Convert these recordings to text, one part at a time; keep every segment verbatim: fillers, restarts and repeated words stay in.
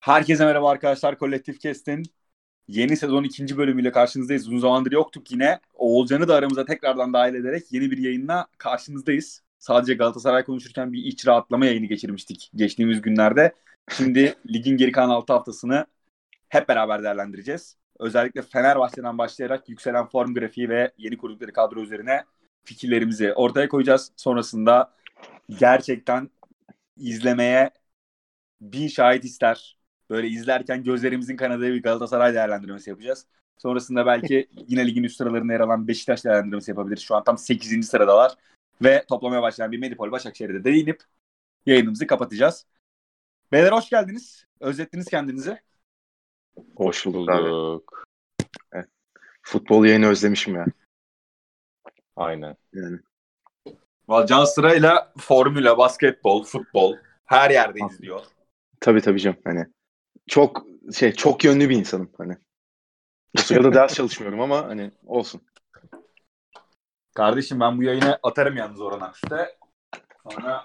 Herkese merhaba arkadaşlar. Kolektif Kest'in yeni sezon ikinci bölümüyle karşınızdayız. Uzun zamandır yoktuk yine. Oğulcan'ı da aramıza tekrardan dahil ederek yeni bir yayınla karşınızdayız. Sadece Galatasaray konuşurken bir iç rahatlama yayını geçirmiştik geçtiğimiz günlerde. Şimdi ligin geri kalan altı haftasını hep beraber değerlendireceğiz. Özellikle Fenerbahçe'den başlayarak yükselen form grafiği ve yeni kurdukları kadro üzerine fikirlerimizi ortaya koyacağız. Sonrasında gerçekten izlemeye bin şahit ister. Böyle izlerken gözlerimizin kanadığı bir Galatasaray değerlendirmesi yapacağız. Sonrasında belki yine ligin üst sıralarında yer alan Beşiktaş değerlendirmesi yapabiliriz. Şu an tam sekizinci sıradalar. Ve toplamaya başlayan bir Medipol Başakşehir'e de değinip yayınımızı kapatacağız. Beyler hoş geldiniz. Özlettiniz kendinizi. Hoş bulduk abi. Evet. Futbol yayını özlemişim ya. Aynen. Yani. Can sırayla formüla, basketbol, futbol her yerde izliyor. Tabii tabii canım. Hani çok şey çok yönlü bir insanım hani. Bu sırada ders çalışmıyorum ama hani olsun. Kardeşim ben bu yayını atarım yalnız Orhan Aksu'da. Sonra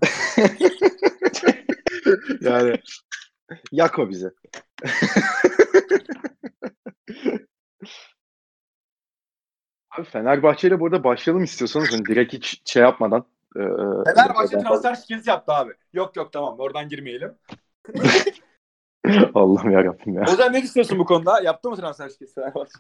yani yakma bizi. Abi Fenerbahçe'yle burada başlayalım istiyorsanız hani direkt hiç şey yapmadan. E, Fenerbahçe transfer şikayesi yaptı abi. Yok yok tamam oradan girmeyelim. Allah'ım yarabbim ya. Ozan ne düşünüyorsun bu konuda? Yaptı mı transfer şikayesi Fenerbahçe?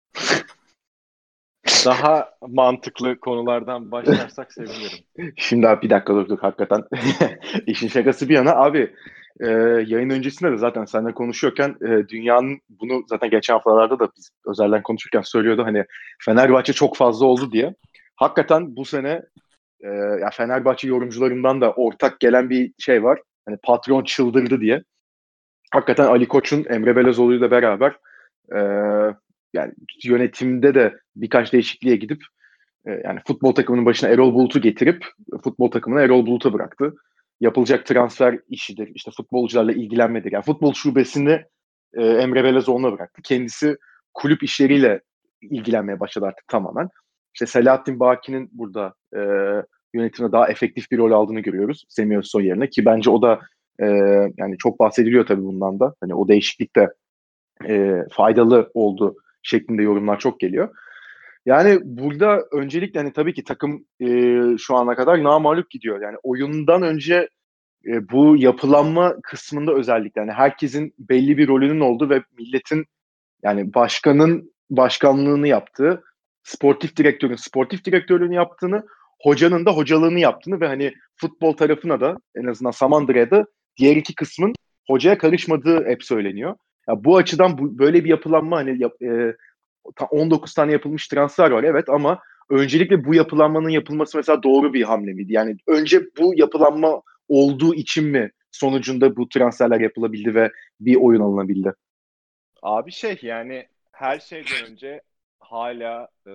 Daha mantıklı konulardan başlarsak sevinirim. Şimdi abi bir dakika dur dur hakikaten. İşin şakası bir yana abi e, yayın öncesinde de zaten seninle konuşuyorken e, dünyanın bunu zaten geçen haftalarda da biz özelden konuşurken söylüyordu hani Fenerbahçe çok fazla oldu diye. Hakikaten bu sene e, ya Fenerbahçe yorumcularından da ortak gelen bir şey var. Hani patron çıldırdı diye. Hakikaten Ali Koç'un Emre Belezoğlu ile beraber e, yani yönetimde de birkaç değişikliğe gidip e, yani futbol takımının başına Erol Bulut'u getirip futbol takımını Erol Bulut'a bıraktı. Yapılacak transfer işidir, işte futbolcularla ilgilenmedir. Yani futbol şubesini e, Emre Belezoğlu'na bıraktı. Kendisi kulüp işleriyle ilgilenmeye başladı artık tamamen. İşte Selahattin Baki'nin burada e, yönetimde daha efektif bir rol aldığını görüyoruz Semih Özsoy yerine ki bence o da e, yani çok bahsediliyor tabii bundan da. Hani o değişiklik de e, faydalı oldu şeklinde yorumlar çok geliyor. Yani burada öncelikle hani tabii ki takım e, şu ana kadar namağlup gidiyor. Yani oyundan önce e, bu yapılanma kısmında özellikle yani herkesin belli bir rolünün olduğu ve milletin yani başkanın başkanlığını yaptığı, sportif direktörün sportif direktörlüğünü yaptığını, hocanın da hocalığını yaptığını ve hani futbol tarafına da en azından Samandıra'ya da diğer iki kısmın hocaya karışmadığı hep söyleniyor. Ya bu açıdan bu, böyle bir yapılanma hani yap, e, on dokuz tane yapılmış transfer var evet ama öncelikle bu yapılanmanın yapılması mesela doğru bir hamle miydi? Yani önce bu yapılanma olduğu için mi sonucunda bu transferler yapılabildi ve bir oyun alınabildi? Abi şey yani her şeyden önce hala e,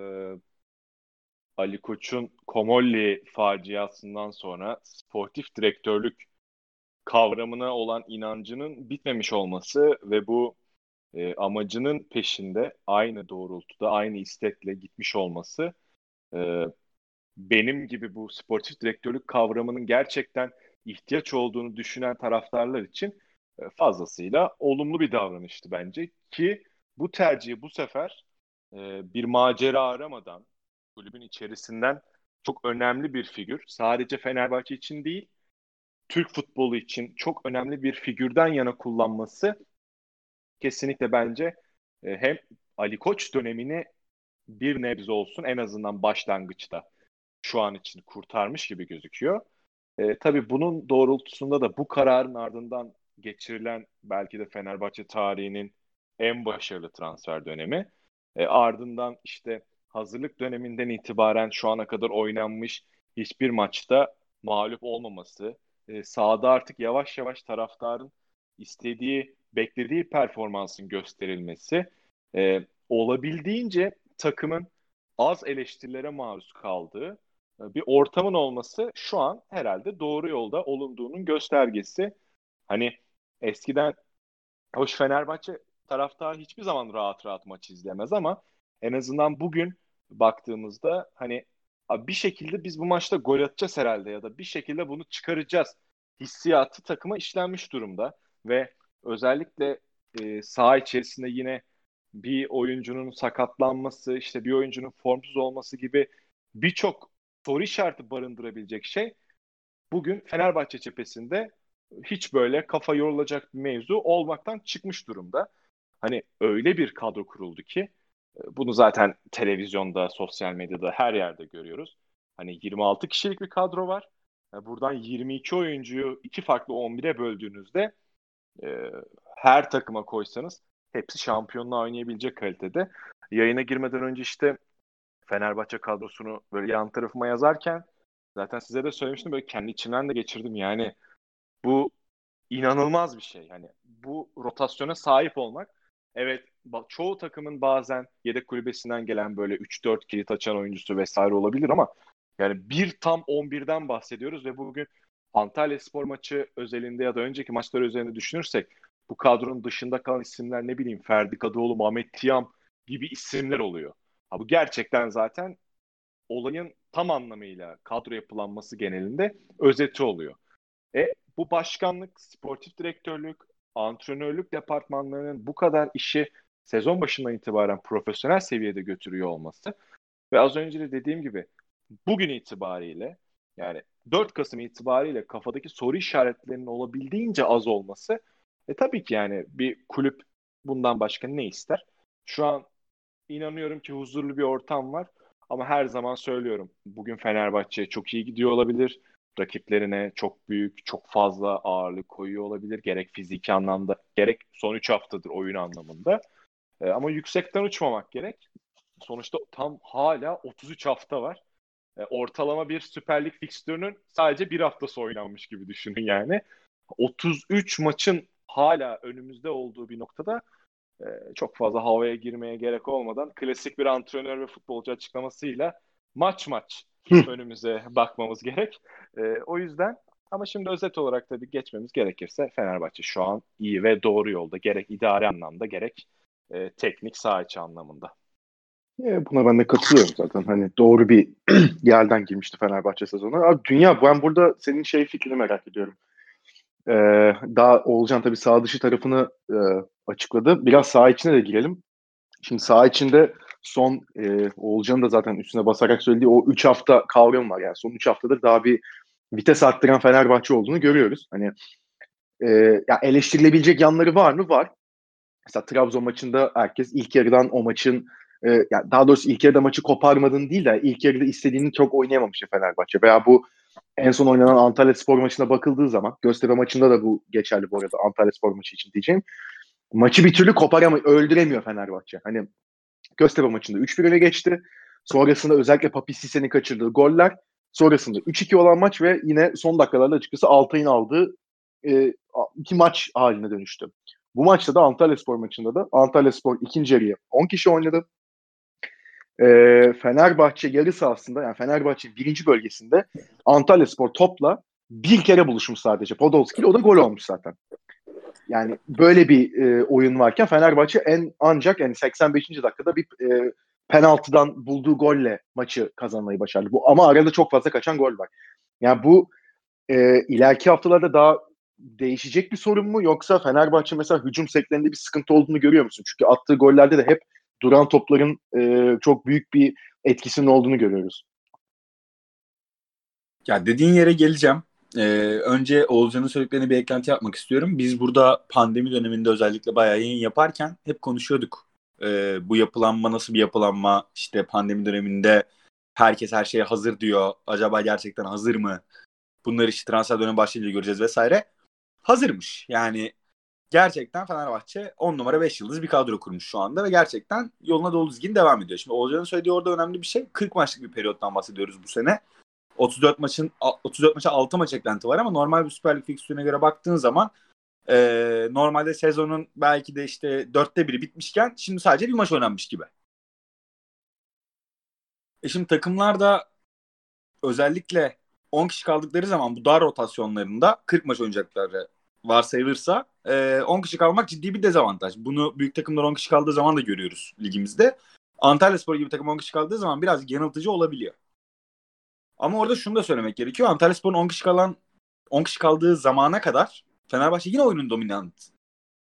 Ali Koç'un Komolli faciasından sonra sportif direktörlük kavramına olan inancının bitmemiş olması ve bu e, amacının peşinde aynı doğrultuda, aynı istekle gitmiş olması e, benim gibi bu sportif direktörlük kavramının gerçekten ihtiyaç olduğunu düşünen taraftarlar için e, fazlasıyla olumlu bir davranıştı bence ki bu tercihi bu sefer e, bir macera aramadan kulübün içerisinden çok önemli bir figür, sadece Fenerbahçe için değil, Türk futbolu için çok önemli bir figürden yana kullanması kesinlikle bence e, hem Ali Koç dönemini bir nebze olsun en azından başlangıçta şu an için kurtarmış gibi gözüküyor. E, tabii bunun doğrultusunda da bu kararın ardından geçirilen belki de Fenerbahçe tarihinin en başarılı transfer dönemi. E, ardından işte hazırlık döneminden itibaren şu ana kadar oynanmış hiçbir maçta mağlup olmaması, e, sahada artık yavaş yavaş taraftarın istediği, beklediği performansın gösterilmesi, e, olabildiğince takımın az eleştirilere maruz kaldığı bir ortamın olması şu an herhalde doğru yolda olunduğunun göstergesi. Hani eskiden hoş Fenerbahçe taraftarı hiçbir zaman rahat rahat maç izlemez ama en azından bugün baktığımızda hani bir şekilde biz bu maçta gol atacağız herhalde ya da bir şekilde bunu çıkaracağız hissiyatı takıma işlenmiş durumda ve özellikle e, saha içerisinde yine bir oyuncunun sakatlanması, işte bir oyuncunun formsuz olması gibi birçok soru işareti barındırabilecek şey bugün Fenerbahçe cephesinde hiç böyle kafa yorulacak bir mevzu olmaktan çıkmış durumda. Hani öyle bir kadro kuruldu ki e, bunu zaten televizyonda, sosyal medyada her yerde görüyoruz. Hani yirmi altı kişilik bir kadro var. E, Buradan yirmi iki oyuncuyu iki farklı on bire böldüğünüzde e, her takıma koysanız hepsi şampiyonluğa oynayabilecek kalitede. Yayına girmeden önce işte Fenerbahçe kadrosunu böyle yan tarafıma yazarken zaten size de söylemiştim, böyle kendi içimden de geçirdim. Yani bu inanılmaz bir şey. Yani bu rotasyona sahip olmak, evet, ba- çoğu takımın bazen yedek kulübesinden gelen böyle üç dört kilit açan oyuncusu vesaire olabilir ama yani bir tam on birden bahsediyoruz ve bugün Antalyaspor maçı özelinde ya da önceki maçlar özelinde düşünürsek bu kadronun dışında kalan isimler, ne bileyim, Ferdi Kadıoğlu, Mehmet Tiyam gibi isimler oluyor. Ha, bu gerçekten zaten olayın tam anlamıyla kadro yapılanması genelinde özeti oluyor. E, bu başkanlık, sportif direktörlük, antrenörlük departmanlarının bu kadar işi sezon başından itibaren profesyonel seviyede götürüyor olması ve az önce de dediğim gibi bugün itibariyle, yani dört Kasım itibariyle kafadaki soru işaretlerinin olabildiğince az olması, e tabii ki yani bir kulüp bundan başka ne ister? Şu an inanıyorum ki huzurlu bir ortam var. Ama her zaman söylüyorum, bugün Fenerbahçe çok iyi gidiyor olabilir. Rakiplerine çok büyük, çok fazla ağırlık koyuyor olabilir. Gerek fiziki anlamda, gerek son üç haftadır oyun anlamında. E, ama yüksekten uçmamak gerek. Sonuçta tam hala otuz üç hafta var. E, ortalama bir Süper Lig fikstürünün sadece bir haftası oynanmış gibi düşünün yani. otuz üç maçın hala önümüzde olduğu bir noktada e, çok fazla havaya girmeye gerek olmadan klasik bir antrenör ve futbolcu açıklamasıyla maç maç Hı. önümüze bakmamız gerek. E, o yüzden, ama şimdi özet olarak tabii geçmemiz gerekirse Fenerbahçe şu an iyi ve doğru yolda. Gerek idari anlamda, gerek e, teknik saha içi anlamında. E, buna ben de katılıyorum zaten. Hani doğru bir yerden girmişti Fenerbahçe sezonu. Abi dünya, ben burada senin şey fikrini merak ediyorum. Ee, Daha Oğulcan tabii sağ dışı tarafını e, açıkladı. Biraz sağ içine de girelim. Şimdi sağ içinde son e, Oğulcan'ın da zaten üstüne basarak söylediği o üç hafta kavramı var. Yani son üç haftadır daha bir vites arttıran Fenerbahçe olduğunu görüyoruz. Hani e, ya eleştirilebilecek yanları var mı? Var. Mesela Trabzon maçında herkes ilk yarıdan o maçın e, yani daha doğrusu ilk yarıda maçı koparmadığını değil de ilk yarıda istediğini çok oynayamamış Fenerbahçe. Veya bu en son oynanan Antalyaspor maçına bakıldığı zaman, Göztepe maçında da bu geçerli bu arada, Antalyaspor maçı için diyeceğim. Maçı bir türlü koparamıyor, öldüremiyor Fenerbahçe. Hani Göztepe maçında üç bir öne geçti. Sonrasında özellikle Papi Sisse'nin kaçırdığı goller. Sonrasında üç iki olan maç ve yine son dakikalarda açıkçası Altay'ın aldığı e, iki maç haline dönüştü. Bu maçta da Antalyaspor maçında da Antalyaspor ikinci yarıya on kişi oynadı. E, Fenerbahçe yarı sahasında, yani Fenerbahçe birinci bölgesinde Antalyaspor topla bir kere buluşmuş sadece. Podolski ile, o da gol olmuş zaten. Yani böyle bir e, oyun varken Fenerbahçe en ancak yani seksen beşinci dakikada bir e, penaltıdan bulduğu golle maçı kazanmayı başardı. Bu ama arada çok fazla kaçan gol var. Yani bu e, ileriki haftalarda daha değişecek bir sorun mu, yoksa Fenerbahçe mesela hücum seklerinde bir sıkıntı olduğunu görüyor musun? Çünkü attığı gollerde de hep duran topların e, çok büyük bir etkisinin olduğunu görüyoruz. Ya dediğin yere geleceğim. Ee, önce Oğulcan'ın söylediklerine bir eklenti yapmak istiyorum. Biz burada pandemi döneminde özellikle bayağı yayın yaparken hep konuşuyorduk. Ee, bu yapılanma nasıl bir yapılanma? İşte pandemi döneminde herkes her şeye hazır diyor. Acaba gerçekten hazır mı? Bunları işte transfer dönemi başlayınca göreceğiz vesaire. Hazırmış. Yani gerçekten Fenerbahçe on numara beş yıldız bir kadro kurmuş şu anda ve gerçekten yoluna dolu dizgin devam ediyor. Şimdi Oğulcan'ın söylediği orada önemli bir şey. kırk maçlık bir periyottan bahsediyoruz bu sene. otuz dört maçın otuz dört maça altı maç eklenti var ama normal bir Süper Lig fikstürüne göre baktığın zaman e, normalde sezonun belki de işte dörtte biri bitmişken şimdi sadece bir maç oynanmış gibi. E şimdi takımlar da özellikle on kişi kaldıkları zaman bu dar rotasyonlarında kırk maç oynayacakları varsayılırsa e, on kişi kalmak ciddi bir dezavantaj. Bunu büyük takımlar on kişi kaldığı zaman da görüyoruz ligimizde. Antalyaspor gibi takım on kişi kaldığı zaman biraz yanıltıcı olabiliyor. Ama orada şunu da söylemek gerekiyor. Antalyaspor'un on kişi kalan on kişi kaldığı zamana kadar Fenerbahçe yine oyunun dominant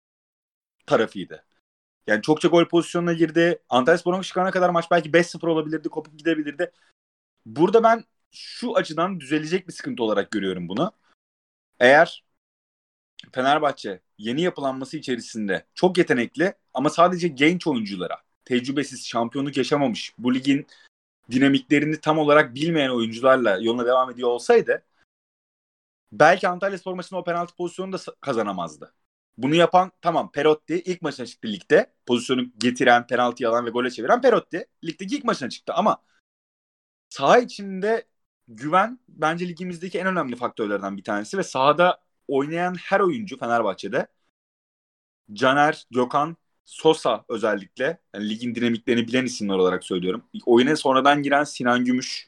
tarafıydı. Yani çokça gol pozisyonuna girdi. Antalyaspor'un çıkana kadar maç belki beş sıfır olabilirdi, kopup gidebilirdi. Burada ben şu açıdan düzelecek bir sıkıntı olarak görüyorum bunu. Eğer Fenerbahçe yeni yapılanması içerisinde çok yetenekli ama sadece genç oyunculara, tecrübesiz, şampiyonluk yaşamamış, bu ligin dinamiklerini tam olarak bilmeyen oyuncularla yoluna devam ediyor olsaydı belki Antalyaspor maçında o penaltı pozisyonunu da kazanamazdı. Bunu yapan tamam Perotti ilk maçına çıktı ligde. Pozisyonu getiren, penaltıyı alan ve gole çeviren Perotti. Ligdeki ilk maçına çıktı ama saha içinde güven bence ligimizdeki en önemli faktörlerden bir tanesi ve sahada oynayan her oyuncu Fenerbahçe'de Caner, Gökhan, Sosa özellikle yani ligin dinamiklerini bilen isimler olarak söylüyorum. Oyuna sonradan giren Sinan Gümüş,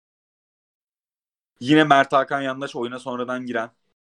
yine Mert Hakan Yandaş oyuna sonradan giren.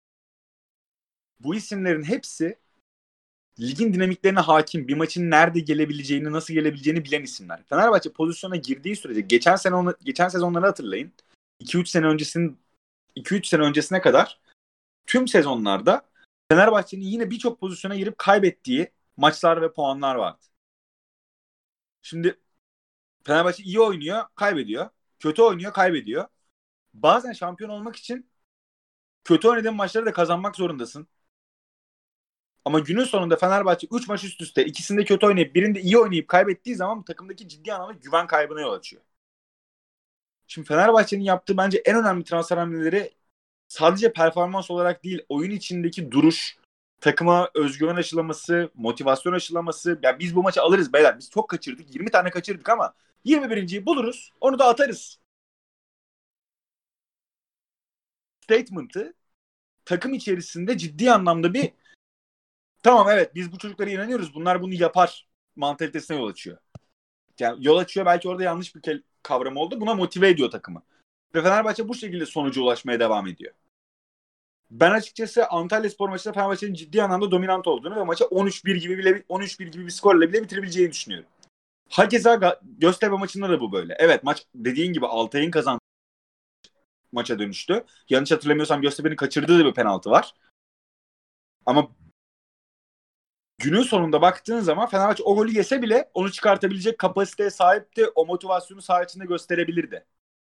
Bu isimlerin hepsi ligin dinamiklerine hakim, bir maçın nerede gelebileceğini, nasıl gelebileceğini bilen isimler. Fenerbahçe pozisyona girdiği sürece geçen sene onu, geçen sezonları hatırlayın. iki üç sene öncesinin iki üç sene öncesine kadar tüm sezonlarda Fenerbahçe'nin yine birçok pozisyona girip kaybettiği maçlar ve puanlar vardı. Şimdi Fenerbahçe iyi oynuyor, kaybediyor. Kötü oynuyor, kaybediyor. Bazen şampiyon olmak için kötü oynadığın maçları da kazanmak zorundasın. Ama günün sonunda Fenerbahçe üç maç üst üste ikisinde kötü oynayıp birinde iyi oynayıp kaybettiği zaman bu takımdaki ciddi anlamda güven kaybına yol açıyor. Şimdi Fenerbahçe'nin yaptığı bence en önemli transfer hamleleri sadece performans olarak değil, oyun içindeki duruş, takıma özgüven aşılaması, motivasyon aşılaması. Ya biz bu maçı alırız beyler. Biz çok kaçırdık. yirmi tane kaçırdık ama yirmi birinciyi buluruz. Onu da atarız. Statement'ı takım içerisinde ciddi anlamda bir tamam evet biz bu çocuklara inanıyoruz. Bunlar bunu yapar mantalitesine yol açıyor. Yani yol açıyor belki orada yanlış bir kavram oldu. Buna motive ediyor takımı. Ve Fenerbahçe bu şekilde sonuca ulaşmaya devam ediyor. Ben açıkçası Antalyaspor maçında Fenerbahçe'nin ciddi anlamda dominant olduğunu ve maça on üç bir gibi bile on üç bir gibi bir skorla bile bitirebileceğini düşünüyorum. Hakeza Göztepe maçında da bu böyle. Evet maç dediğin gibi Altay'ın kazandığı maça dönüştü. Yanlış hatırlamıyorsam Göztepe'nin kaçırdığı da bir penaltı var. Ama günün sonunda baktığın zaman Fenerbahçe o golü yese bile onu çıkartabilecek kapasiteye sahipti. O motivasyonu saha içinde gösterebilirdi.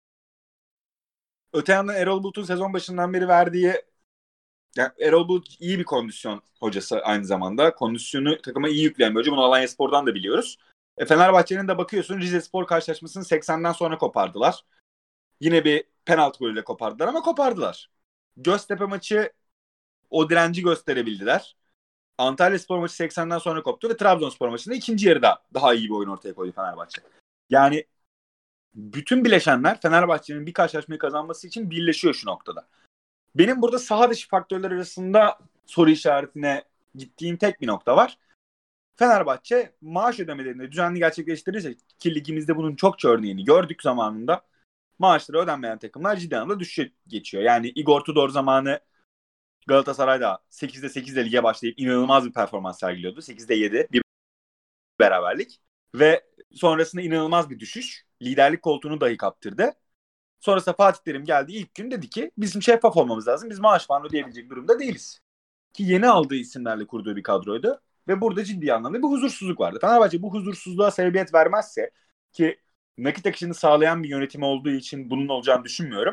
Öte yandan Erol Bulut'un sezon başından beri verdiği yani Erol Bulut iyi bir kondisyon hocası aynı zamanda. Kondisyonu takıma iyi yükleyen bir hoca. Bunu Alanyaspor'dan da biliyoruz. E, Fenerbahçe'nin de bakıyorsun Rizespor karşılaşmasını seksenden sonra kopardılar. Yine bir penaltı golüyle kopardılar ama kopardılar. Göztepe maçı o direnci gösterebildiler. Antalyaspor maçı seksenden sonra koptu ve Trabzonspor maçında ikinci yarıda daha iyi bir oyun ortaya koydu Fenerbahçe. Yani bütün bileşenler Fenerbahçe'nin bir karşılaşmayı kazanması için birleşiyor şu noktada. Benim burada saha dışı faktörler arasında soru işaretine gittiğim tek bir nokta var. Fenerbahçe maaş ödemelerini düzenli gerçekleştirirse ki ligimizde bunun çokça örneğini gördük zamanında maaşları ödenmeyen takımlar ciddi anlamda düşüşe geçiyor. Yani Igor Tudor zamanı Galatasaray'da sekizde sekizle lige başlayıp inanılmaz bir performans sergiliyordu. sekizde yedi bir beraberlik ve sonrasında inanılmaz bir düşüş. Liderlik koltuğunu dahi kaptırdı. Sonrasında Fatih Terim geldi ilk gün dedi ki bizim şeffaf olmamız lazım. Biz maaş falan ödeyebilecek durumda değiliz. Ki yeni aldığı isimlerle kurduğu bir kadroydu. Ve burada ciddi anlamda bir huzursuzluk vardı. Fenerbahçe bu huzursuzluğa sebebiyet vermezse ki nakit akışını sağlayan bir yönetim olduğu için bunun olacağını düşünmüyorum.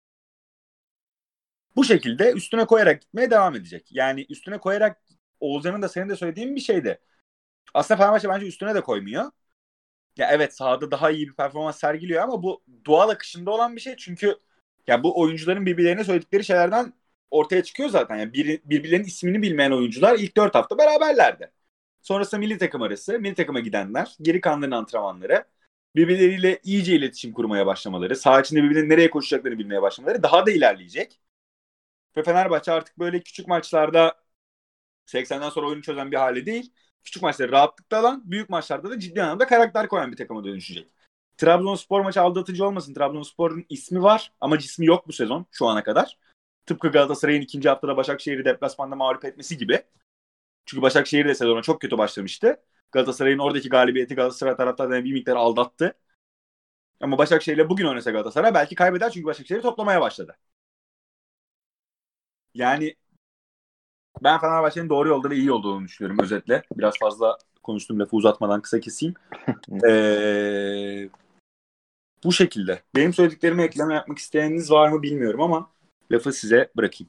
Bu şekilde üstüne koyarak gitmeye devam edecek. Yani üstüne koyarak Oğuzhan'ın da senin de söylediğin bir şeydi. Aslında Fenerbahçe bence üstüne de koymuyor. Ya evet sahada daha iyi bir performans sergiliyor ama bu doğal akışında olan bir şey. Çünkü ya bu oyuncuların birbirlerine söyledikleri şeylerden ortaya çıkıyor zaten. Yani bir, birbirlerinin ismini bilmeyen oyuncular ilk dört hafta beraberlerdi. Sonrasında milli takım arası, milli takıma gidenler, geri kalanların antrenmanları, birbirleriyle iyice iletişim kurmaya başlamaları, saha içinde birbirlerinin nereye koşacaklarını bilmeye başlamaları daha da ilerleyecek. Ve Fenerbahçe artık böyle küçük maçlarda seksenden sonra oyunu çözen bir hale değil. Küçük maçları rahatlıkla alan, büyük maçlarda da ciddi anlamda karakter koyan bir takıma dönüşecek. Trabzonspor maçı aldatıcı olmasın. Trabzonspor'un ismi var ama cismi yok bu sezon şu ana kadar. Tıpkı Galatasaray'ın ikinci haftada Başakşehir'i deplasmanda mağlup etmesi gibi. Çünkü Başakşehir de sezona çok kötü başlamıştı. Galatasaray'ın oradaki galibiyeti Galatasaray taraftarlarını bir miktar aldattı. Ama Başakşehir'le bugün oynasa Galatasaray belki kaybeder çünkü Başakşehir'i toplamaya başladı. Yani Ben Fenerbahçe'nin doğru yolda ve iyi yolda olduğunu düşünüyorum özetle. Biraz fazla konuştuğum lafı uzatmadan kısa keseyim. Ee, bu şekilde. Benim söylediklerime ekleme yapmak isteyeniniz var mı bilmiyorum ama lafı size bırakayım.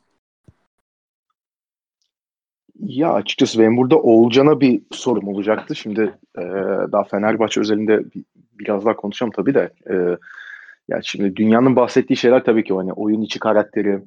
Ya açıkçası benim burada Oğulcan'a bir sorum olacaktı. Şimdi e, daha Fenerbahçe özelinde bir, biraz daha konuşacağım tabii de. E, yani şimdi dünyanın bahsettiği şeyler tabii ki o hani oyun içi karakteri,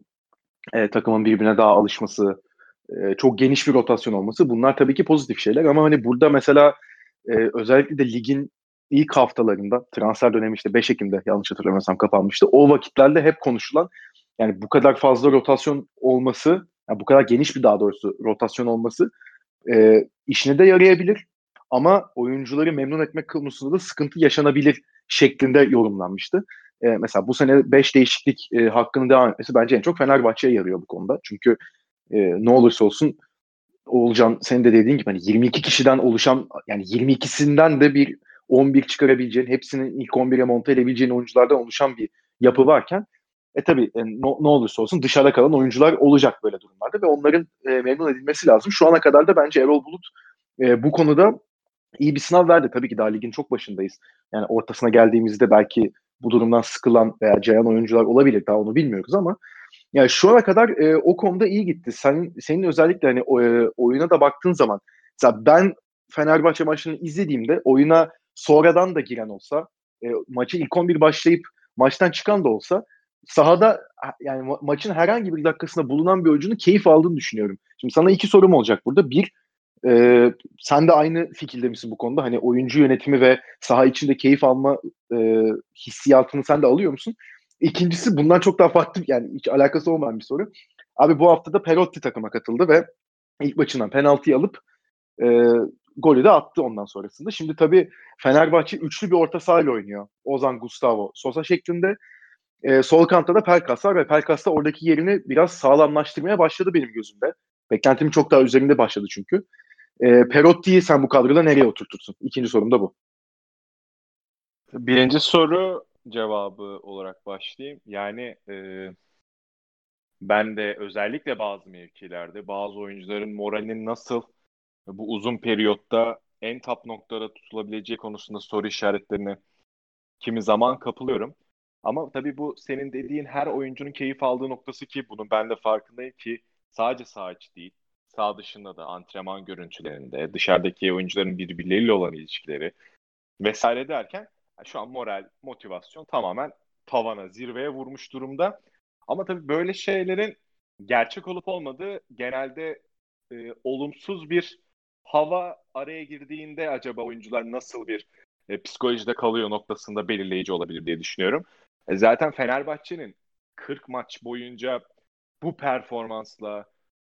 e, takımın birbirine daha alışması, e, çok geniş bir rotasyon olması. Bunlar tabii ki pozitif şeyler ama hani burada mesela e, özellikle de ligin ilk haftalarında transfer dönemi işte beş Ekim'de yanlış hatırlamıyorsam kapanmıştı. O vakitlerde hep konuşulan yani bu kadar fazla rotasyon olması, yani bu kadar geniş bir daha doğrusu rotasyon olması e, işine de yarayabilir ama oyuncuları memnun etmek konusunda da sıkıntı yaşanabilir şeklinde yorumlanmıştı. E, mesela bu sene beş değişiklik e, hakkının devam etmesi bence en çok Fenerbahçe'ye yarıyor bu konuda. Çünkü e, ne olursa olsun Oğulcan senin de dediğin gibi hani yirmi iki kişiden oluşan yani yirmi ikisinden de bir on bir çıkarabileceğin, hepsinin ilk on bire monte edebileceğin oyunculardan oluşan bir yapı varken e tabii e, ne, ne olursa olsun dışarıda kalan oyuncular olacak böyle durumlarda ve onların e, memnun edilmesi lazım. Şu ana kadar da bence Erol Bulut e, bu konuda iyi bir sınav verdi. Tabii ki daha ligin çok başındayız. Yani ortasına geldiğimizde belki bu durumdan sıkılan veya cayan oyuncular olabilir. Daha onu bilmiyoruz ama yani şu ana kadar e, o konuda iyi gitti. Sen, senin özellikle hani o, e, oyuna da baktığın zaman mesela ben Fenerbahçe maçını izlediğimde oyuna sonradan da giren olsa e, maçı ilk on bir başlayıp maçtan çıkan da olsa sahada yani ma- maçın herhangi bir dakikasında bulunan bir oyuncunun keyif aldığını düşünüyorum. Şimdi sana iki sorum olacak burada. Bir, e, sen de aynı fikirde misin bu konuda? Hani oyuncu yönetimi ve saha içinde keyif alma e, hissiyatını sen de alıyor musun? İkincisi bundan çok daha farklı yani hiç alakası olmayan bir soru. Abi bu hafta da Perotti takıma katıldı ve ilk maçından penaltıyı alıp e, golü de attı ondan sonrasında. Şimdi tabii Fenerbahçe üçlü bir orta sahayla oynuyor. Ozan, Gustavo, Sosa şeklinde. E, sol kantta da Pelkas var ve Pelkas da oradaki yerini biraz sağlamlaştırmaya başladı benim gözümde. Beklentimin çok daha üzerinde başladı çünkü. E, Perotti'yi sen bu kadroda nereye oturtursun? İkinci sorum da bu. Birinci soru cevabı olarak başlayayım. Yani e, ben de özellikle bazı mevkilerde bazı oyuncuların moralinin nasıl bu uzun periyotta en top noktada tutulabileceği konusunda soru işaretlerine kimi zaman kapılıyorum. Ama tabii bu senin dediğin her oyuncunun keyif aldığı noktası ki bunun ben de farkındayım ki sadece saha içi değil, saha dışında da antrenman görüntülerinde, dışarıdaki oyuncuların birbirleriyle olan ilişkileri vesaire derken şu an moral, motivasyon tamamen tavana, zirveye vurmuş durumda. Ama tabii böyle şeylerin gerçek olup olmadığı genelde e, olumsuz bir hava araya girdiğinde acaba oyuncular nasıl bir e, psikolojide kalıyor noktasında belirleyici olabilir diye düşünüyorum. E, zaten Fenerbahçe'nin kırk maç boyunca bu performansla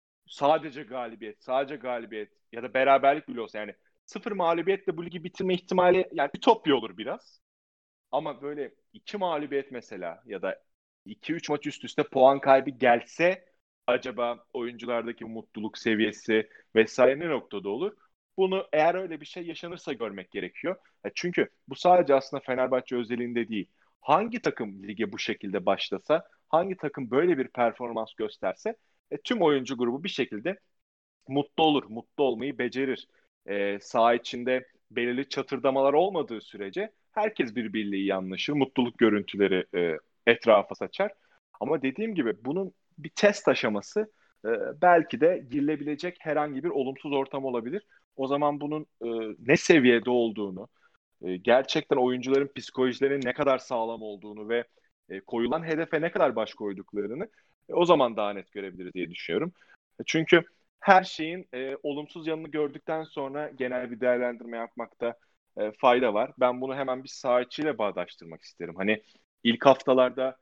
sadece galibiyet, sadece galibiyet ya da beraberlik bile olsa yani sıfır mağlubiyetle bu ligi bitirme ihtimali yani ütopya olur biraz. Ama böyle iki mağlubiyet mesela ya da iki üç maç üst üste puan kaybı gelse acaba oyunculardaki mutluluk seviyesi vesaire ne noktada olur? Bunu eğer öyle bir şey yaşanırsa görmek gerekiyor. E, Çünkü bu sadece aslında Fenerbahçe özelinde değil. Hangi takım lige bu şekilde başlasa, hangi takım böyle bir performans gösterse e, tüm oyuncu grubu bir şekilde mutlu olur, mutlu olmayı becerir. E, saha içinde belirli çatırdamalar olmadığı sürece herkes birbiriyle iyi anlaşır, mutluluk görüntüleri e, etrafa saçar. Ama dediğim gibi bunun bir test aşaması e, belki de girilebilecek herhangi bir olumsuz ortam olabilir. O zaman bunun e, ne seviyede olduğunu, e, gerçekten oyuncuların psikolojilerinin ne kadar sağlam olduğunu ve e, koyulan hedefe ne kadar baş koyduklarını e, o zaman daha net görebiliriz diye düşünüyorum. E, Çünkü her şeyin e, olumsuz yanını gördükten sonra genel bir değerlendirme yapmakta e, fayda var. Ben bunu hemen bir saha içiyle bağdaştırmak isterim. Hani ilk haftalarda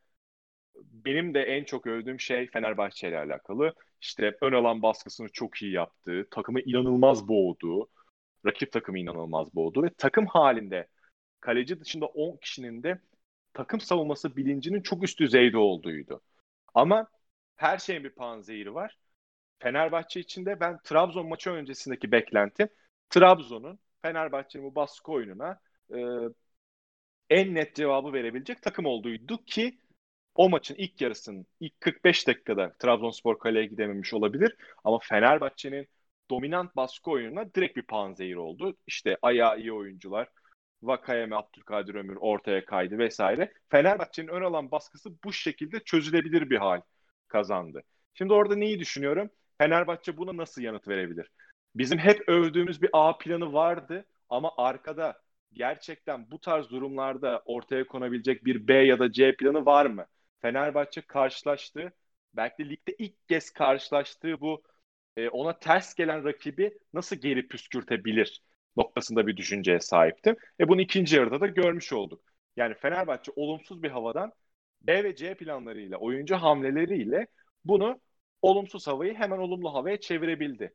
benim de en çok övdüğüm şey Fenerbahçe ile alakalı. İşte ön alan baskısını çok iyi yaptığı, takımı inanılmaz boğduğu, rakip takımı inanılmaz boğdu ve takım halinde kaleci dışında on kişinin de takım savunması bilincinin çok üst düzeyde olduğuydu. Ama her şeyin bir panzehiri var. Fenerbahçe için de ben Trabzon maçı öncesindeki beklentim Trabzon'un Fenerbahçe'nin bu baskı oyununa e, en net cevabı verebilecek takım olduğuydu ki o maçın ilk yarısının ilk kırk beş dakikada Trabzonspor kaleye gidememiş olabilir. Ama Fenerbahçe'nin dominant baskı oyununa direkt bir panzehir oldu. İşte ayağı iyi oyuncular, Vakayeme, Abdülkadir Ömür ortaya kaydı vesaire. Fenerbahçe'nin ön alan baskısı bu şekilde çözülebilir bir hal kazandı. Şimdi orada neyi düşünüyorum? Fenerbahçe buna nasıl yanıt verebilir? Bizim hep övdüğümüz bir A planı vardı ama arkada gerçekten bu tarz durumlarda ortaya konabilecek bir B ya da C planı var mı? Fenerbahçe karşılaştığı, belki de ligde ilk kez karşılaştığı bu e, ona ters gelen rakibi nasıl geri püskürtebilir noktasında bir düşünceye sahiptim. E bunu ikinci yarıda da görmüş olduk. Yani Fenerbahçe olumsuz bir havadan B ve C planlarıyla, oyuncu hamleleriyle bunu olumsuz havayı hemen olumlu havaya çevirebildi.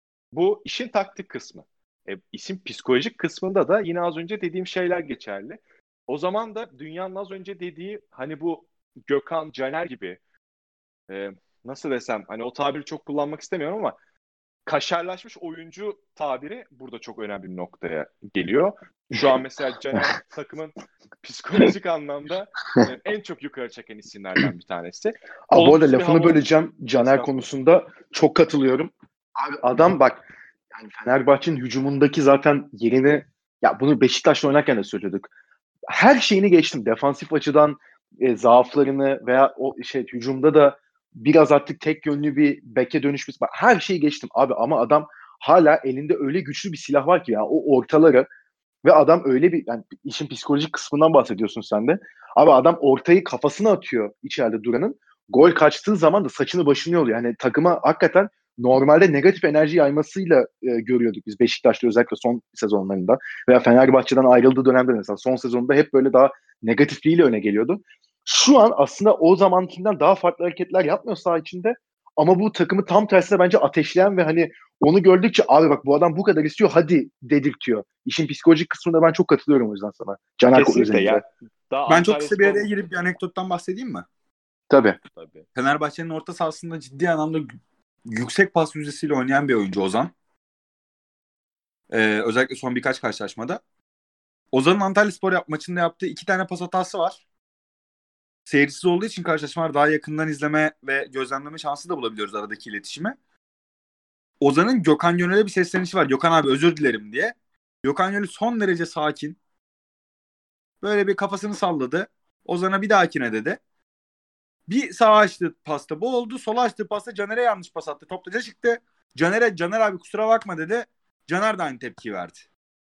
Bu işin taktik kısmı. E, işin psikolojik kısmında da yine az önce dediğim şeyler geçerli. O zaman da dünyanın az önce dediği hani bu Gökhan, Caner gibi e, nasıl desem hani o tabiri çok kullanmak istemiyorum ama kaşarlaşmış oyuncu tabiri burada çok önemli bir noktaya geliyor. Şu an mesela Caner takımın psikolojik anlamda e, en çok yukarı çeken isimlerden bir tanesi. Abi bu arada Olumsuz bir lafını hava... böleceğim. Caner konusunda çok katılıyorum. Abi adam bak yani Fenerbahçe'nin hücumundaki zaten yerini, ya bunu Beşiktaş'ta oynarken de söyledik. Her şeyini geçtim. Defansif açıdan e, zaaflarını veya o şey hücumda da biraz artık tek yönlü bir beke dönüşmesi. Bak, her şeyi geçtim abi ama adam hala elinde öyle güçlü bir silah var ki ya o ortaları ve adam öyle bir, yani işin psikolojik kısmından bahsediyorsun sen de. Abi adam ortayı kafasına atıyor içeride duranın. Gol kaçtığı zaman da saçını başını yoluyor. Yani takıma hakikaten normalde negatif enerji yaymasıyla e, görüyorduk biz Beşiktaş'ta özellikle son sezonlarında veya Fenerbahçe'den ayrıldığı dönemde mesela son sezonunda hep böyle daha negatifliğiyle öne geliyordu. Şu an aslında o zamankinden daha farklı hareketler yapmıyor saha içinde ama bu takımı tam tersine bence ateşleyen ve hani onu gördükçe abi bak bu adam bu kadar istiyor hadi dedirtiyor. İşin psikolojik kısmında ben çok katılıyorum o yüzden sana. Caner Kesinlikle özelinde. ya. Daha Ben çok Antalya kısa bir araya Spor... girip bir anekdottan bahsedeyim mi? Tabii. Tabii. Fenerbahçe'nin orta sahasında ciddi anlamda yüksek pas yüzdesiyle oynayan bir oyuncu Ozan. Ee, özellikle son birkaç karşılaşmada. Ozan'ın Antalyaspor yap maçında yaptığı iki tane pas hatası var. Seyircisiz olduğu için karşılaşmalar daha yakından izleme ve gözlemleme şansı da bulabiliyoruz aradaki iletişime. Ozan'ın Gökhan Gönül'e bir seslenişi var. Gökhan abi özür dilerim diye. Gökhan Gönül son derece sakin. Böyle bir kafasını salladı. Ozan'a bir dahakine dedi. Bir sağa açtı pasta bol oldu. Sola açtı pasta Caner'e yanlış pas attı. Toptaca çıktı. Caner'e Caner abi kusura bakma dedi. Caner de aynı tepkiyi verdi.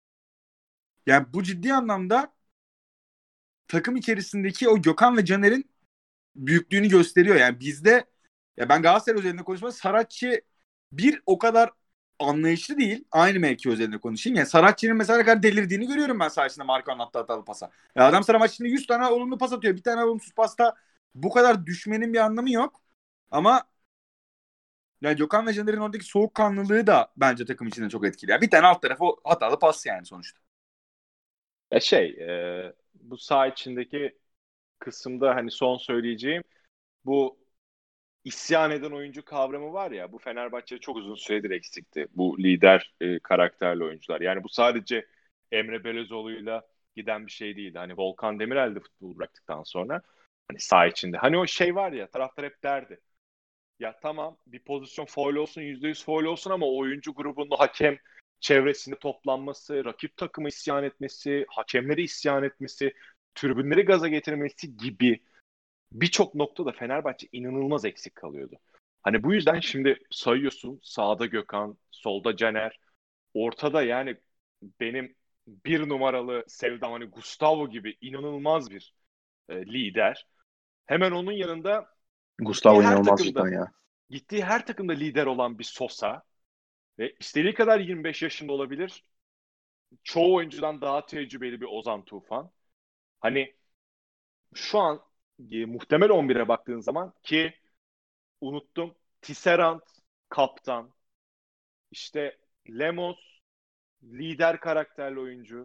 Yani bu ciddi anlamda takım içerisindeki o Gökhan ve Caner'in büyüklüğünü gösteriyor. Yani bizde ya ben Galatasaray özelinde konuşmam. Saratçı bir o kadar anlayışlı değil. Aynı mevki özelinde konuşayım. Yani Saratçı'nın mesela ne kadar delirdiğini görüyorum ben saha içinde Marco'nun attığı hatalı pasa. Ya adam sana maç içinde yüz tane olumlu pas atıyor. Bir tane olumsuz pasta bu kadar düşmenin bir anlamı yok. Ama yani Gökhan ve Caner'in oradaki soğukkanlılığı da bence takım içinde çok etkili. Yani bir tane alt tarafı hatalı pas yani sonuçta. Ya şey, e, bu saha içindeki kısımda hani son söyleyeceğim bu isyan eden oyuncu kavramı var ya, bu Fenerbahçe'de çok uzun süredir eksikti. Bu lider e, karakterli oyuncular. Yani bu sadece Emre Belözoğlu'yla giden bir şey değildi. Hani Volkan Demirel de futbolu bıraktıktan sonra hani saha içinde. Hani o şey var ya, taraftar hep derdi. Ya tamam bir pozisyon faul olsun, yüzde yüz faul olsun ama oyuncu grubunda hakem çevresinde toplanması, rakip takımı isyan etmesi, hakemleri isyan etmesi, tribünleri gaza getirmesi gibi birçok noktada Fenerbahçe inanılmaz eksik kalıyordu. Hani bu yüzden şimdi sayıyorsun, sağda Gökhan, solda Caner, ortada yani benim bir numaralı sevdam hani Gustavo gibi inanılmaz bir e, lider. Hemen onun yanında gittiği Gustavo her inanılmaz takımda cidden ya. gittiği her takımda lider olan bir Sosa ve istediği kadar yirmi beş yaşında olabilir. Çoğu oyuncudan daha tecrübeli bir Ozan Tufan. Hani şu an e, muhtemel on bire baktığın zaman ki unuttum. Tisserand kaptan. İşte Lemos lider karakterli oyuncu.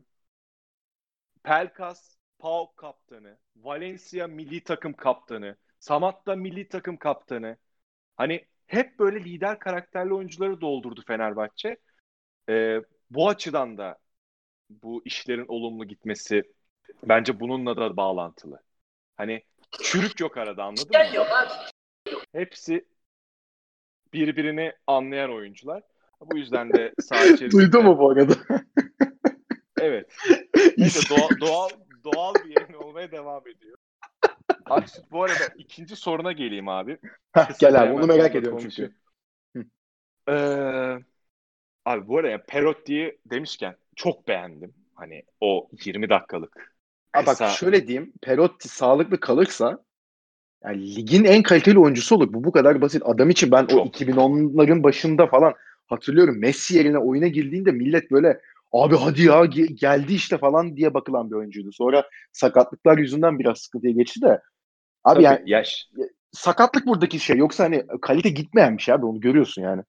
Pelkas PAOK kaptanı. Valencia milli takım kaptanı. Samatta milli takım kaptanı. Hani hep böyle lider karakterli oyuncuları doldurdu Fenerbahçe. Ee, bu açıdan da bu işlerin olumlu gitmesi bence bununla da bağlantılı. Hani çürük yok arada, anladın mı? Hepsi birbirini anlayan oyuncular. Bu yüzden de saha içerisinde... Duydun mu bu arada? Evet. Neyse doğa, doğal doğal bir yayın olmaya devam ediyor. Aksut, bu arada ikinci soruna geleyim abi. Heh, gel abi, onu merak ediyorum çünkü. Ee, abi bu arada yani Perotti'yi demişken çok beğendim. Hani o yirmi dakikalık. Aa, bak kısa... şöyle diyeyim. Perotti sağlıklı kalırsa yani ligin en kaliteli oyuncusu olur. Bu bu kadar basit. Adam için ben çok. O iki bin onların başında falan hatırlıyorum. Messi yerine oyuna girdiğinde millet böyle abi hadi ya geldi işte falan diye bakılan bir oyuncuydu. Sonra sakatlıklar yüzünden biraz sıkıntıya geçti de. Abi Tabii, yani yaş. sakatlık buradaki şey. Yoksa hani kalite gitmeyen bir şey abi. Onu görüyorsun yani.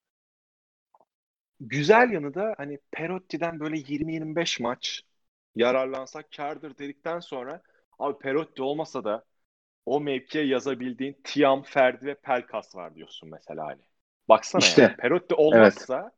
Güzel yanı da hani Perotti'den böyle yirmi yirmi beş maç yararlansak kârdır dedikten sonra abi Perotti olmasa da o mevkiye yazabildiğin Tiam, Ferdi ve Pelkas var diyorsun mesela hani. Baksana İşte, yani. Perotti olmazsa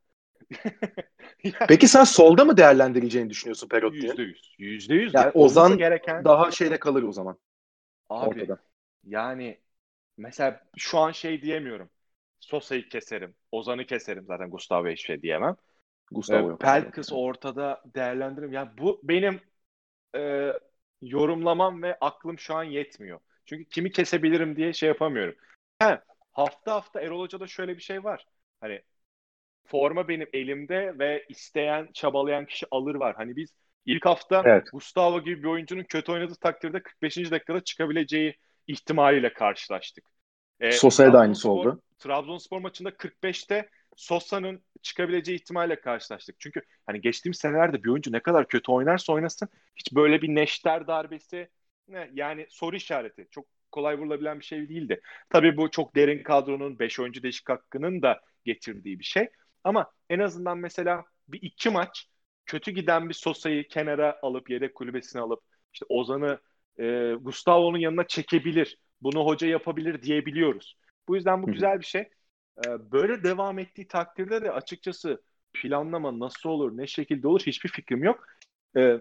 yani. Peki sen solda mı değerlendireceğini düşünüyorsun Perotti'yi? yüzde yüz. yüzde yüz. Yani Ozan gereken... daha şeyde kalır o zaman. Abi ortada. Yani mesela şu an şey diyemiyorum. Sosa'yı keserim. Ozan'ı keserim. Zaten Gustavo'ya hiçbir şey diyemem. Gustavo ee, Pelkas ortada değerlendiririm. Yani bu benim e, yorumlamam ve aklım şu an yetmiyor. Çünkü kimi kesebilirim diye şey yapamıyorum. He, hafta hafta Erol Hoca'da şöyle bir şey var. Hani forma benim elimde ve isteyen, çabalayan kişi alır var. Hani biz ilk hafta evet. Gustavo gibi bir oyuncunun kötü oynadığı takdirde kırk beşinci dakikada çıkabileceği ihtimaliyle karşılaştık. Ee, Sosa'ya da aynısı oldu. Trabzonspor maçında kırk beşte Sosa'nın çıkabileceği ihtimalle karşılaştık. Çünkü hani geçtiğimiz senelerde bir oyuncu ne kadar kötü oynarsa oynasın hiç böyle bir neşter darbesi ne yani soru işareti. Çok kolay vurulabilen bir şey değildi. Tabii bu çok derin kadronun beş oyuncu değişik hakkının da getirdiği bir şey. Ama en azından mesela bir iki maç kötü giden bir Sosa'yı kenara alıp yedek kulübesine alıp işte Ozan'ı e, Gustavo'nun yanına çekebilir. Bunu hoca yapabilir diyebiliyoruz. Bu yüzden bu güzel bir şey. E, böyle devam ettiği takdirde de açıkçası planlama nasıl olur, ne şekilde olur hiçbir fikrim yok. E,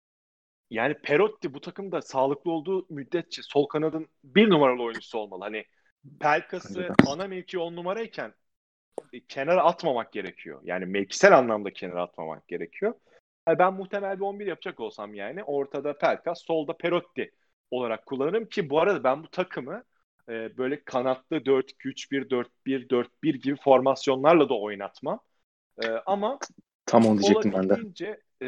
yani Perotti bu takımda sağlıklı olduğu müddetçe sol kanadın bir numaralı oyuncusu olmalı. Hani Pelkas'ı ana mevki on numarayken kenara atmamak gerekiyor. Yani mevkisel anlamda kenara atmamak gerekiyor. Yani ben muhtemel bir on bir yapacak olsam yani ortada Pelkas, solda Perotti olarak kullanırım ki bu arada ben bu takımı e, böyle kanatlı dört iki üç bir, dört bir dört bir gibi formasyonlarla da oynatmam. E, ama tam onu diyecektim ben de. Olabildiğince e,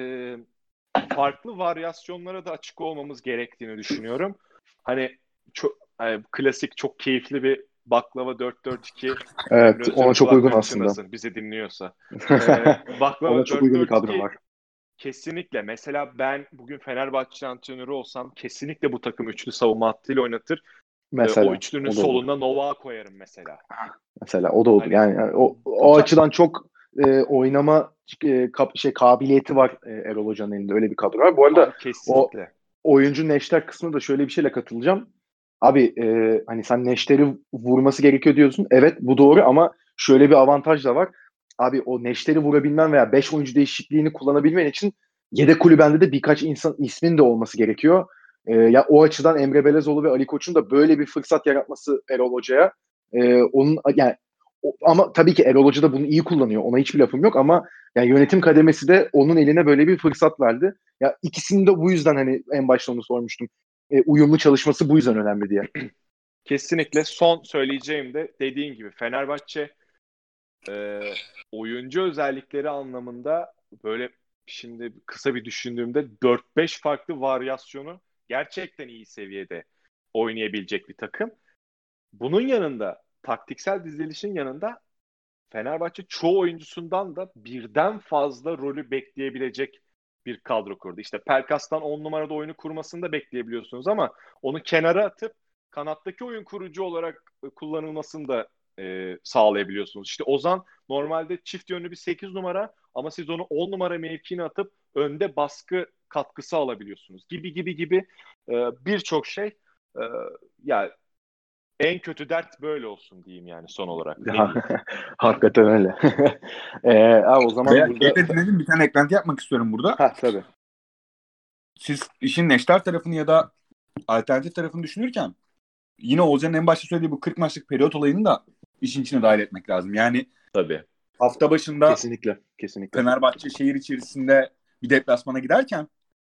farklı varyasyonlara da açık olmamız gerektiğini düşünüyorum. Hani çok yani klasik çok keyifli bir baklava dört dört iki. Evet, ona çok uygun aslında. Çınlasın, bizi dinliyorsa. Ee, baklava ona çok uygun bir kadro var. Kesinlikle. Mesela ben bugün Fenerbahçe antrenörü olsam kesinlikle bu takım üçlü savunma hattıyla oynatır. Mesela, ee, o üçlünün o soluna Novak'ı koyarım mesela. Mesela o da olur. Hani, yani, yani o, o açıdan çok e, oynama e, kap, şey kabiliyeti var e, Erol Hoca'nın elinde. Öyle bir kadro var. Bu arada Abi, o oyuncu neşter kısmına da şöyle bir şeyle katılacağım. Abi e, hani sen neşteri vurması gerekiyor diyorsun. Evet bu doğru ama şöyle bir avantaj da var. Abi o neşteri vurabilmen veya beş oyuncu değişikliğini kullanabilmen için yedek kulübende de birkaç insan ismin de olması gerekiyor. E, ya o açıdan Emre Belezoğlu ve Ali Koç'un da böyle bir fırsat yaratması Erol Hoca'ya e, onun yani o, ama tabii ki Erol Hoca da bunu iyi kullanıyor. Ona hiçbir lafım yok ama yani yönetim kademesi de onun eline böyle bir fırsat verdi. Ya ikisini de bu yüzden hani en başta onu sormuştum. E, uyumlu çalışması bu yüzden önemli diye. Kesinlikle. Son söyleyeceğim de dediğin gibi Fenerbahçe e, oyuncu özellikleri anlamında böyle şimdi kısa bir düşündüğümde dört beş farklı varyasyonu gerçekten iyi seviyede oynayabilecek bir takım. Bunun yanında taktiksel dizilişin yanında Fenerbahçe çoğu oyuncusundan da birden fazla rolü bekleyebilecek bir kadro kurdu. İşte Pelkas'tan on numarada oyunu kurmasını da bekleyebiliyorsunuz ama onu kenara atıp kanattaki oyun kurucu olarak kullanılmasını da e, sağlayabiliyorsunuz. İşte Ozan normalde çift yönlü bir sekiz numara ama siz onu on numara mevkiine atıp önde baskı katkısı alabiliyorsunuz. Gibi gibi gibi e, birçok şey. E, yani en kötü dert böyle olsun diyeyim yani son olarak. Hakikaten öyle. ee, abi o zaman Veya burada... Şeyde dinledim, bir tane eklenti yapmak istiyorum burada. Ha tabii. Siz işin neşter tarafını ya da alternatif tarafını düşünürken yine Olcan'ın en başta söylediği bu kırk maçlık periyot olayını da işin içine dahil etmek lazım. Yani Tabii. hafta başında Kesinlikle. Kesinlikle. Fenerbahçe şehir içerisinde bir deplasmana giderken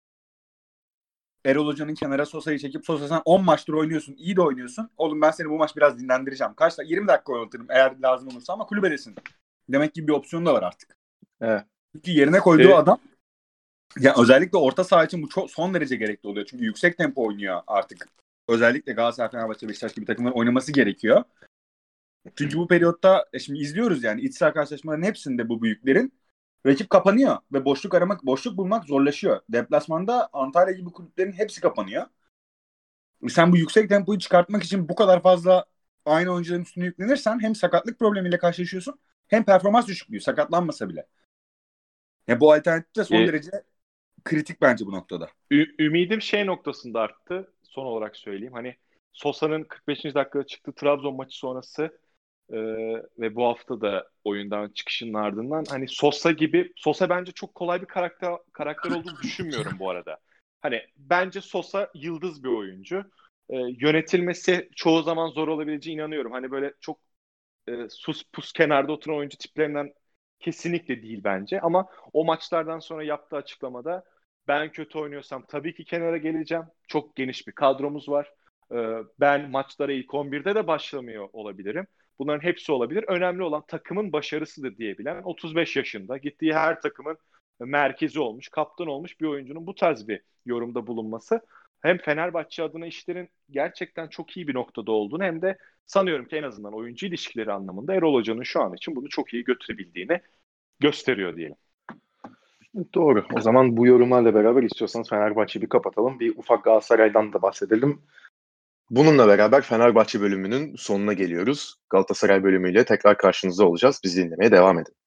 Erol Hoca'nın kenara Sosa'yı çekip Sosa sen on maçtır oynuyorsun, iyi de oynuyorsun. Oğlum ben seni bu maç biraz dinlendireceğim. Kaç dakika? yirmi dakika oynatırım eğer lazım olursa ama kulübedesin. Demek ki bir opsiyon da var artık. Evet. Çünkü yerine koyduğu Evet. adam ya özellikle orta saha için bu çok son derece gerekli oluyor. Çünkü yüksek tempo oynuyor artık. Özellikle Galatasaray, Fenerbahçe, Beşiktaş gibi takımların oynaması gerekiyor. Çünkü bu periyotta e şimdi izliyoruz yani iç saha karşılaşmaların hepsinde bu büyüklerin rakip kapanıyor ve boşluk aramak, boşluk bulmak zorlaşıyor. Deplasmanda Antalya gibi kulüplerin hepsi kapanıyor. Sen bu yüksek tempoyu çıkartmak için bu kadar fazla aynı oyuncuların üstüne yüklenirsen hem sakatlık problemiyle karşılaşıyorsun hem performans düşüklüğü sakatlanmasa bile. Ya bu alternatif de son E, derece kritik bence bu noktada. Ü- ümidim şey noktasında arttı. Son olarak söyleyeyim. Hani Sosa'nın kırk beşinci dakikada çıktığı Trabzon maçı sonrası e, ve bu hafta da oyundan çıkışının ardından hani Sosa gibi Sosa bence çok kolay bir karakter karakter olduğunu düşünmüyorum bu arada. Hani bence Sosa yıldız bir oyuncu. E, yönetilmesi çoğu zaman zor olabileceğine inanıyorum. Hani böyle çok e, sus pus kenarda oturan oyuncu tiplerinden kesinlikle değil bence. Ama o maçlardan sonra yaptığı açıklamada ben kötü oynuyorsam tabii ki kenara geleceğim. Çok geniş bir kadromuz var. Ee, ben maçlara ilk on birde de başlamıyor olabilirim. Bunların hepsi olabilir. Önemli olan takımın başarısıdır diyebilen otuz beş yaşında gittiği her takımın merkezi olmuş, kaptan olmuş bir oyuncunun bu tarz bir yorumda bulunması hem Fenerbahçe adına işlerin gerçekten çok iyi bir noktada olduğunu hem de sanıyorum ki en azından oyuncu ilişkileri anlamında Erol Hoca'nın şu an için bunu çok iyi götürebildiğini gösteriyor diyelim. Doğru. O zaman bu yorumlarla beraber istiyorsanız Fenerbahçe'yi bir kapatalım. Bir ufak Galatasaray'dan da bahsedelim. Bununla beraber Fenerbahçe bölümünün sonuna geliyoruz. Galatasaray bölümüyle tekrar karşınızda olacağız. Bizi dinlemeye devam edin.